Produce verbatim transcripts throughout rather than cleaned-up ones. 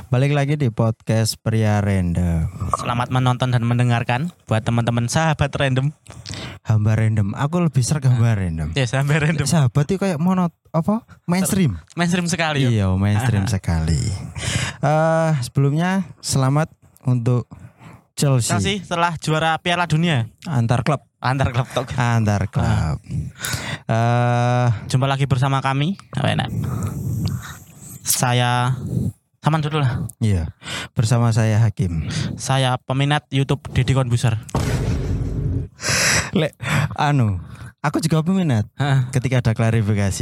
Balik lagi di podcast Pria Random. Selamat menonton dan mendengarkan buat teman-teman sahabat random. Hamba random. Aku lebih serg hamba random. Ya, hamba random. Sahabat itu kayak monot apa? Mainstream. Mainstream sekali. Ya? Iya, mainstream sekali. Uh, sebelumnya selamat untuk Chelsea. Chelsea setelah juara Piala Dunia Antar klub. antar klub tok. Antar klub. Uh, Jumpa lagi bersama kami. Apa enak? Saya Saman dulu lah. Iya. Bersama saya Hakim. Saya peminat YouTube Deddy Corbuzier. Lek anu, aku juga peminat. Ketika ada klarifikasi.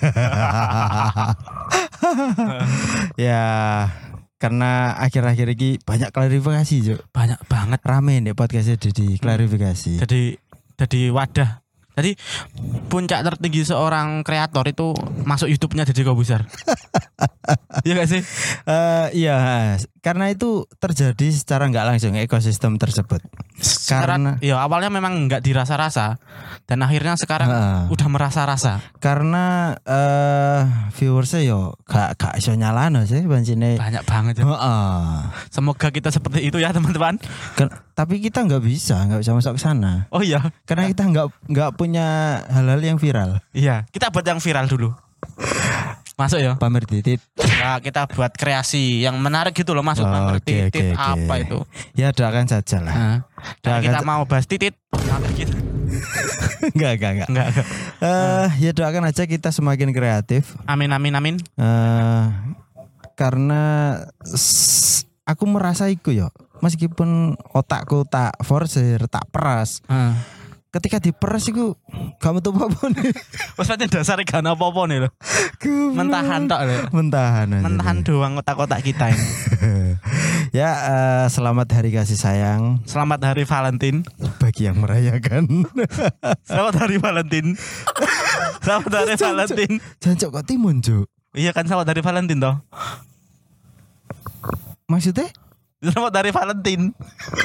Ya, karena akhir-akhir ini banyak klarifikasi, Cuk. Banyak banget. Rame nih podcastnya Deddy klarifikasi. Jadi jadi wadah. Jadi puncak tertinggi seorang kreator itu masuk YouTube-nya Deddy Corbuzier. Iya gak sih? Uh, iya, karena itu terjadi secara nggak langsung ekosistem tersebut. Sekarang, karena ya awalnya memang nggak dirasa-rasa dan akhirnya sekarang uh, udah merasa-rasa. Karena uh, viewersnya yo gak gak iso nyalano sih bancine. Banyak banget ya. Uh, Semoga kita seperti itu ya teman-teman. Ken- tapi kita nggak bisa, nggak bisa masuk ke sana. Oh iya. Karena kita nggak nggak punya hal-hal yang viral. Iya, kita buat yang viral dulu. Masuk ya. Pamer titit. Nah, kita buat kreasi yang menarik gitu loh masuk. Oh, pamer okay, titit okay, apa okay. itu? Ya doakan saja lah. Nah, doakan kita sa- mau bahas titit. Gitu. Enggak, enggak, enggak. Enggak, enggak. Uh, ya doakan aja kita semakin kreatif. Amin, amin, amin. Uh, karena s- aku merasa iku yo. Meskipun otakku tak force, tak peras. Hmm. Ketika diperas iku gak metu apa-apa nih. Wes pancen dasare gak apa-apa nih lho. Mentahan tok lho. Mentahan aja. Mentahan doang otak-otak kita ini. Ya, uh, selamat hari kasih sayang. Selamat hari Valentine Bagi yang merayakan. Selamat hari Valentine. Selamat hari Valentine. Jancok kok timun, Cuk. Iya kan selamat hari Valentine toh. Maksudnya? Selamat hari Valentine.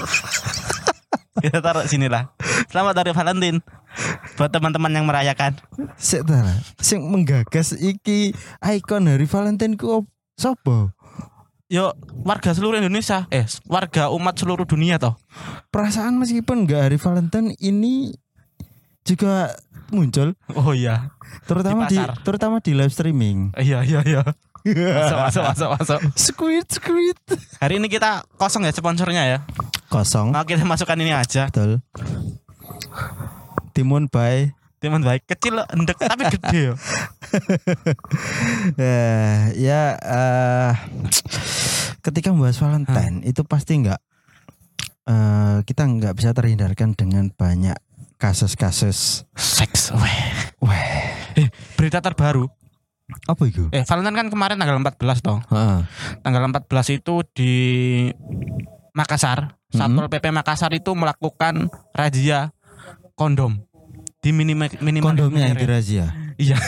Kita taruh sini lah. Selamat hari Valentine buat teman-teman yang merayakan. Sik ta. Sing menggagas iki ikon hari Valentine ku sapa? Yo warga seluruh Indonesia, eh warga umat seluruh dunia toh. Perasaan meskipun enggak hari Valentine ini juga muncul. Oh iya. Terutama di, Di di terutama di live streaming. Iya iya iya. Masuk masuk masuk masuk. Squid squid. Hari ini kita kosong ya sponsornya ya. Kosong. Nah, kita masukkan ini aja. Betul. Timun by Timun baik kecil endek tapi gede ya. uh, ya uh, ketika membahas Valentine hmm. itu pasti enggak uh, kita enggak bisa terhindarkan dengan banyak kasus-kasus seks. Weh. Weh. Eh, berita terbaru. Apa itu? Eh, Valentine kan kemarin tanggal empat belas toh. Uh. Tanggal empat belas itu di Makassar, Satpol Mm-hmm. P P Makassar itu melakukan razia kondom di minimal minimal kondomnya yang dirazia. Iya.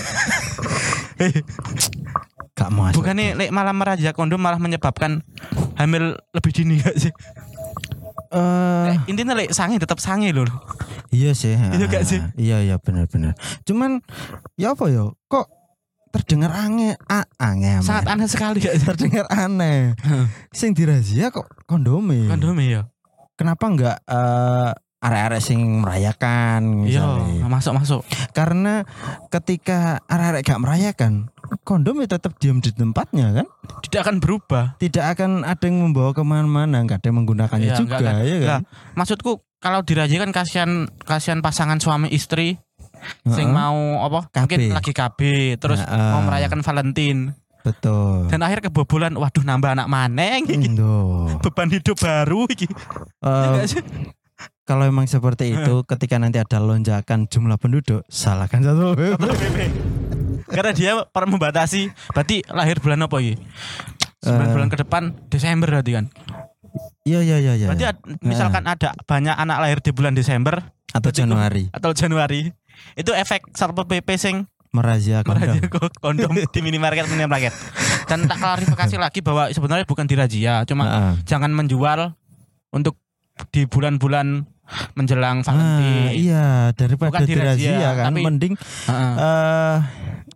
Gak masuk. Bukannya lek malah merazia kondom malah menyebabkan hamil lebih dini gak sih? Uh, eh, intinya lek sange tetap sange loh. Iya sih. Iya gak sih? Iya iya benar-benar. Cuman ya apa ya? Kok terdengar aneh, a- aneh. Sangat man. aneh sekali gak sih? Terdengar aneh. Sing dirazia kok kondome. Kondome ya. Kenapa enggak uh, arek-arek sing merayakan Iya, misalnya? masuk-masuk. Karena ketika arek-arek gak merayakan, kondom ya tetap diam di tempatnya kan? Tidak akan berubah. Tidak akan ada yang membawa kemana-mana, nggak ada yang menggunakannya Ya, juga, enggak, ya kan? Enggak. Maksudku kalau dirazia kan kasihan kasihan pasangan suami istri sing Uh-uh. mau apa? K B. Mungkin lagi K B terus Uh-uh. mau merayakan Valentine. Betul. Dan akhir kebobolan, waduh nambah anak maneng iki. Indo. Beban hidup baru iki. Uh, Ya, sih? kalau memang seperti itu, ketika nanti ada lonjakan jumlah penduduk, salahkan satu P P. Karena dia per membatasi. Berarti lahir bulan apa iki? sembilan Uh. bulan ke depan Desember berarti kan. Iya iya iya. Berarti ya. ad, misalkan uh. ada banyak anak lahir di bulan Desember atau Januari itu, atau Januari. Itu efek Satpol P P sing merazia kondom. merazia kondom di minimarket minimarket. Dan tak klarifikasi lagi bahwa sebenarnya bukan dirazia, cuma Uh-uh. jangan menjual untuk di bulan-bulan menjelang Valentine. Ah, iya, daripada Bukan dirazia, dirazia kan tapi- mending Heeh. eh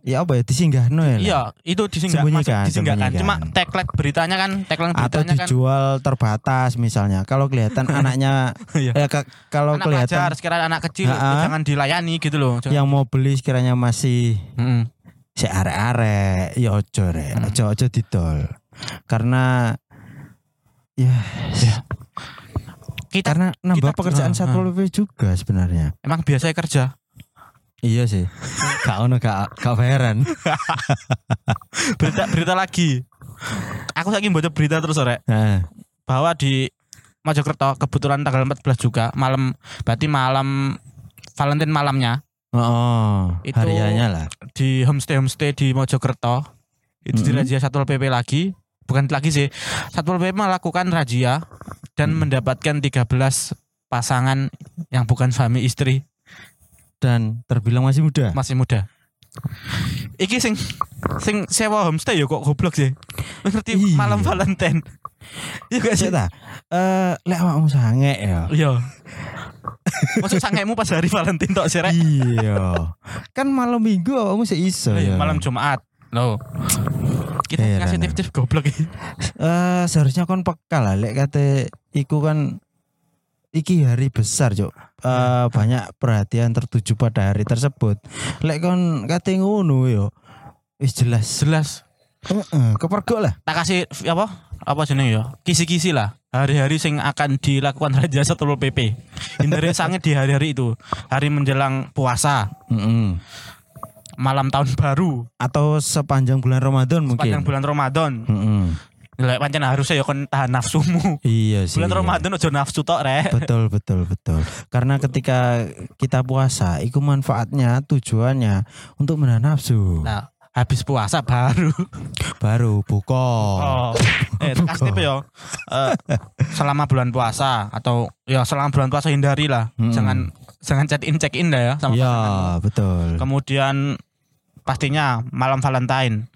ya apa ya disinggahno ya. Iya, itu disinggah Sembunyikan, masuk disinggahkan. Cuma sembunyikan. tagline beritanya kan, tagline Atau beritanya kan dijual terbatas misalnya. Kalau kelihatan anaknya Iya. ya ka- kalau anak kelihatan pelajar, sekiranya anak kecil Ha-ha. jangan dilayani gitu loh. Jangan. yang mau beli sekiranya masih Mm-mm. si arek-arek ya ojo rek, Hmm. ojo ojo didol. Karena ya, Ya. Kita karena nambah kita- pekerjaan ha, Satpol P P juga sebenarnya. emang biasa kerja. Iya sih. Gak ono gak gak bayaran. Berita berita lagi. Aku lagi baca berita terus rek Nah, bahwa di Mojokerto kebetulan tanggal empat belas juga malam, berarti malam Valentine malamnya oh, Itu- hariannya lah. di homestay homestay di Mojokerto itu Mm-mm. dirazia Satpol P P lagi. Bukan lagi sih, Satpol P P melakukan razia dan Mm. mendapatkan tiga belas pasangan yang bukan suami istri, Dan terbilang masih muda. masih muda. Iki sing sing sewa homestay ya kok goblok sih. Ngerti Iya. malam Valentine. Iya gak sih? Sik ta? Eh, lek awakmu sange ya. Iya. Maksud sangemu pas hari Valentine tok sih rek. Iya. Kan malam Minggu awakmu sik iso ya. Malam Jumat. Loh. Kita Heran, ngasih tips-tips goblok iki. Eh, seharusnya kon peka lah lek kate iku kan iki hari besar, Cuk. Eh, banyak perhatian tertuju pada hari tersebut. Lek kon kate ngono yo wis jelas. Jelas. Heeh, kepergok lah. Tak kasih apa? Apa jeneng ya? Kisi-kisi lah. Hari-hari sing akan dilakukan razia Satpol P P. Hindari sange di hari-hari itu. Hari menjelang puasa, Heeh. malam tahun baru, Atau sepanjang bulan Ramadan mungkin. sepanjang bulan Ramadan. Heeh. Lek pancen harusnya ya kon tahan nafsumu. Iya sih. Bulan iya. Ramadan aja nafsu tok rek. Betul betul betul. Karena ketika kita puasa, itu manfaatnya tujuannya untuk menahan nafsu. Nah, habis puasa baru. Baru buka. Oh. Eh, kasih tip ya. Eh, selama bulan puasa atau ya selama bulan puasa hindari lah. Hmm. Jangan jangan check in check in dah ya sama Iya pasanganmu. betul. Kemudian pastinya malam Valentine.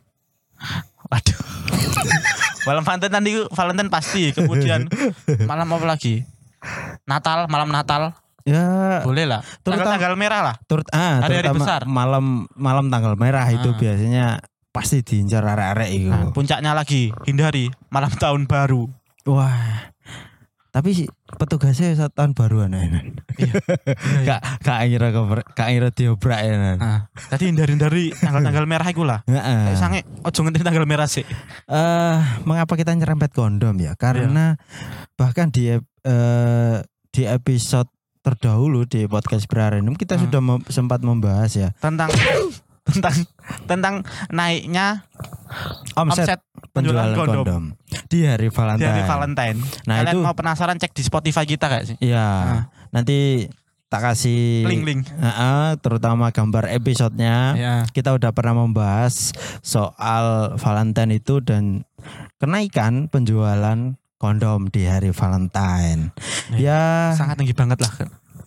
Waduh. Malam Valentine tadi Valentine pasti. Kemudian malam apa lagi? Natal, malam Natal. Ya Boleh lah. Terutama- Tanggal-tanggal merah lah. turut ah Hari-hari terutama besar. malam malam tanggal merah itu Ah. biasanya pasti diincar arek-arek itu. Nah, puncaknya lagi hindari malam tahun baru. Wah. Tapi si- petugasnya saat tahun baruan enak. Iya. Kak kak ngira koper, kak ngira diobrak ya. Nan. Nah, jadi hindari-hindari tanggal-tanggal merah itu lah. Heeh. Kayak sange ojo ngenteni tanggal merah sih. Eh, mengapa kita nyerempet kondom ya? Karena bahkan di ep- eh, di episode terdahulu di podcast Berarenum kita Hmm. sudah mem- sempat membahas ya Tentang tentang tentang naiknya omset, omset penjualan penjualan kondom. kondom. di hari di Valentine. hari Valentine. Nah, Kalian itu- mau penasaran cek di Spotify kita gak sih? Iya. Nah. Nanti tak kasih Link-link. Heeh, terutama gambar episodenya. Ya. Kita udah pernah membahas soal Valentine itu dan kenaikan penjualan kondom di hari Valentine. Ya, Sangat tinggi banget lah.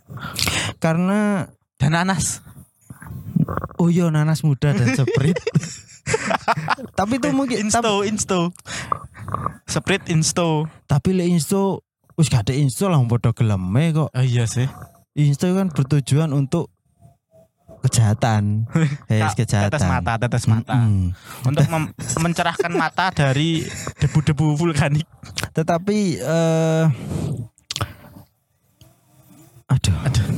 karena Dan nanas. oh iya nanas muda dan Sprite. Tapi itu mungkin tapi, Insto, insto. Sprite insto. tapi le insto wis gak ada insto lah padha geleme kok. Oh iya sih. Insto kan bertujuan untuk kejahatan. Yes, kejahatan. Tetes mata, tetes mata. Mm-mm. Untuk mem- mencerahkan mata dari debu-debu vulkanik. Tetapi eh aduh.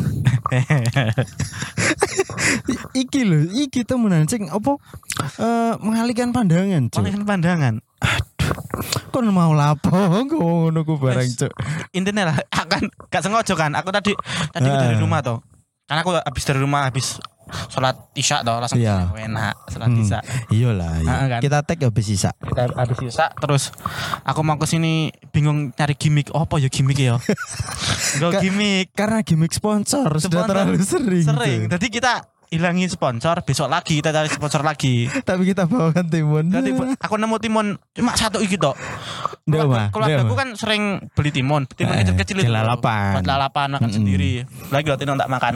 Iki lho, iki temenan sing apa eh mengalihkan pandangan, Cuk. Panggilan pandangan. Kon mau lapo ngono ku barang, Wes. Cuk. Intinya lah akan gak sengaja kan. Aku tadi tadi aku dari Ah. rumah toh. Karena aku habis dari rumah habis sholat isya toh langsung Iya. enak sholat Hmm. isya. Iyalah, iya. Ah, kan. Kita tag habis sisa. Kita habis isya terus aku mau ke sini bingung nyari gimmick. Apa ya gimmick ya? Gak Ka- gimmick. Karena gimmick sponsor, sudah Sponsor. terlalu sering. Sering. Cuk. Jadi kita hilangin sponsor, besok lagi kita cari sponsor lagi. Tapi kita bawakan timun. Jadi aku nemu timun cuma satu iki tok. Nggak, Keluarga, Mah. keluarga Nggak, aku Mah. kan sering beli timun, timun Eh, kecil-kecil itu. di lalapan. Buat lalapan makan Mm-mm. sendiri. Lagi loh timun tak makan.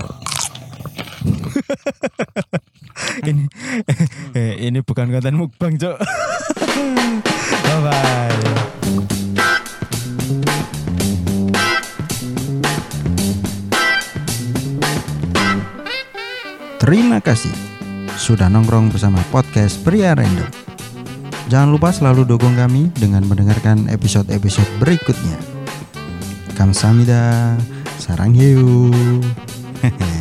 ini eh, ini bukan konten mukbang, Cuk. Bye bye. Terima kasih sudah nongkrong bersama podcast Pria Random. Jangan lupa selalu dukung kami dengan mendengarkan episode-episode berikutnya. Kamsahamnida, sarang hiu.